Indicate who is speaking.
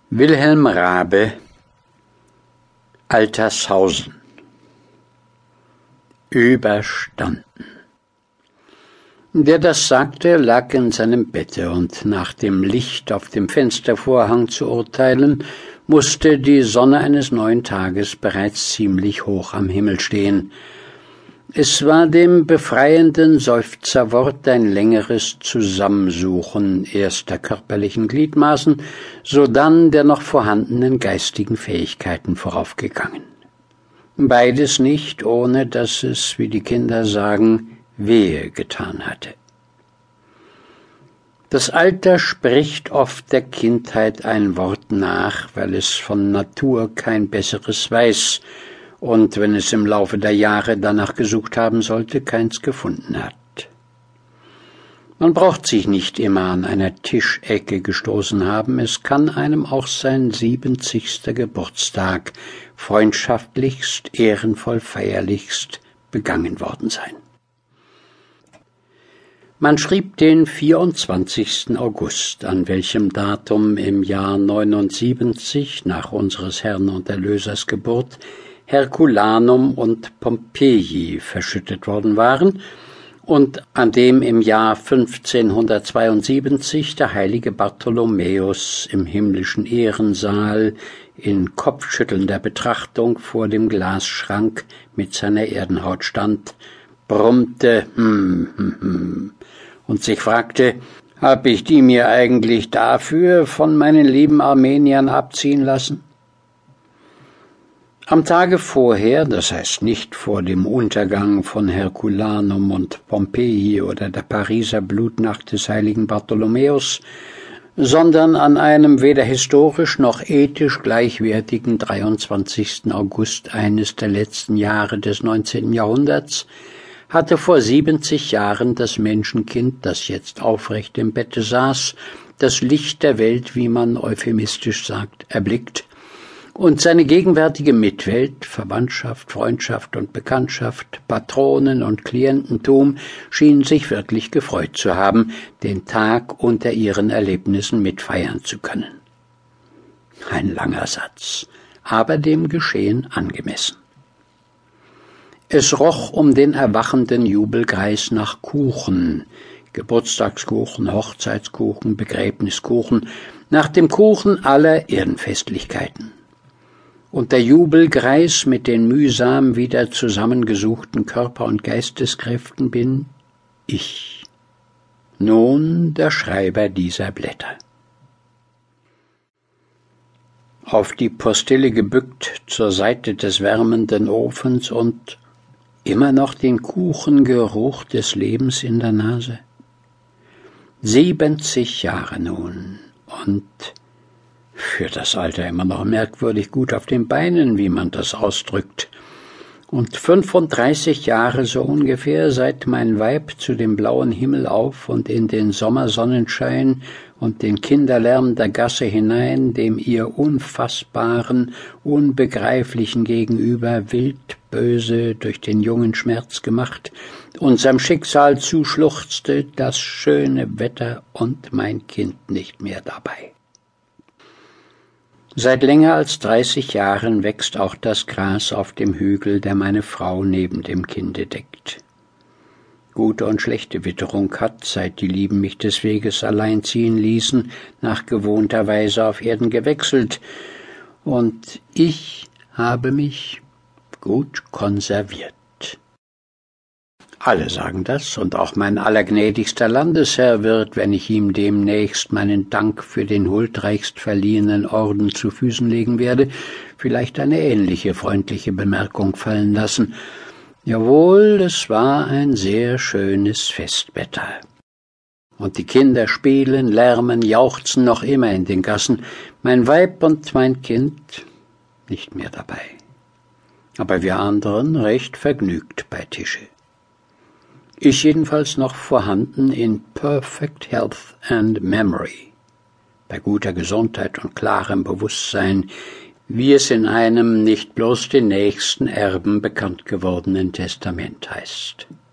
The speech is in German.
Speaker 1: Wilhelm Raabe, Altershausen. Überstanden. Der das sagte, lag in seinem Bette, und nach dem Licht auf dem Fenstervorhang zu urteilen, musste die Sonne eines neuen Tages bereits ziemlich hoch am Himmel stehen. Es war dem befreienden Seufzerwort ein längeres Zusammensuchen erst der körperlichen Gliedmaßen, sodann der noch vorhandenen geistigen Fähigkeiten voraufgegangen. Beides nicht, ohne dass es, wie die Kinder sagen, wehe getan hatte. Das Alter spricht oft der Kindheit ein Wort nach, weil es von Natur kein besseres weiß, und wenn es im Laufe der Jahre danach gesucht haben sollte, keins gefunden hat. Man braucht sich nicht immer an einer Tischecke gestoßen haben, es kann einem auch sein 70. Geburtstag freundschaftlichst, ehrenvoll, feierlichst begangen worden sein. Man schrieb den 24. August, an welchem Datum im Jahr 79 nach unseres Herrn und Erlösers Geburt Herculanum und Pompeji verschüttet worden waren und an dem im Jahr 1572 der heilige Bartholomäus im himmlischen Ehrensaal in kopfschüttelnder Betrachtung vor dem Glasschrank mit seiner Erdenhaut stand, brummte und sich fragte, hab ich die mir eigentlich dafür von meinen lieben Armeniern abziehen lassen? Am Tage vorher, das heißt nicht vor dem Untergang von Herculanum und Pompeji oder der Pariser Blutnacht des heiligen Bartholomäus, sondern an einem weder historisch noch ethisch gleichwertigen 23. August eines der letzten Jahre des 19. Jahrhunderts, hatte vor 70 Jahren das Menschenkind, das jetzt aufrecht im Bette saß, das Licht der Welt, wie man euphemistisch sagt, erblickt, und seine gegenwärtige Mitwelt, Verwandtschaft, Freundschaft und Bekanntschaft, Patronen und Kliententum schien sich wirklich gefreut zu haben, den Tag unter ihren Erlebnissen mitfeiern zu können. Ein langer Satz, aber dem Geschehen angemessen. Es roch um den erwachenden Jubelkreis nach Kuchen, Geburtstagskuchen, Hochzeitskuchen, Begräbniskuchen, nach dem Kuchen aller Erdenfestlichkeiten. Und der Jubelkreis mit den mühsam wieder zusammengesuchten Körper- und Geisteskräften bin ich, nun der Schreiber dieser Blätter. Auf die Postille gebückt zur Seite des wärmenden Ofens und immer noch den Kuchengeruch des Lebens in der Nase. 70 Jahre nun und für das Alter immer noch merkwürdig gut auf den Beinen, wie man das ausdrückt. Und 35 Jahre so ungefähr, seit mein Weib zu dem blauen Himmel auf und in den Sommersonnenschein und den Kinderlärm der Gasse hinein, dem ihr Unfassbaren, Unbegreiflichen gegenüber wild böse durch den jungen Schmerz gemacht, unserem Schicksal zuschluchzte, das schöne Wetter und mein Kind nicht mehr dabei. Seit länger als 30 Jahren wächst auch das Gras auf dem Hügel, der meine Frau neben dem Kinde deckt. Gute und schlechte Witterung hat, seit die Lieben mich des Weges allein ziehen ließen, nach gewohnter Weise auf Erden gewechselt, und ich habe mich gut konserviert. Alle sagen das, und auch mein allergnädigster Landesherr wird, wenn ich ihm demnächst meinen Dank für den huldreichst verliehenen Orden zu Füßen legen werde, vielleicht eine ähnliche freundliche Bemerkung fallen lassen. Jawohl, es war ein sehr schönes Festwetter. Und die Kinder spielen, lärmen, jauchzen noch immer in den Gassen, mein Weib und mein Kind nicht mehr dabei. Aber wir anderen recht vergnügt bei Tische. Ich jedenfalls noch vorhanden in perfect health and memory, bei guter Gesundheit und klarem Bewusstsein, wie es in einem nicht bloß den nächsten Erben bekannt gewordenen Testament heißt.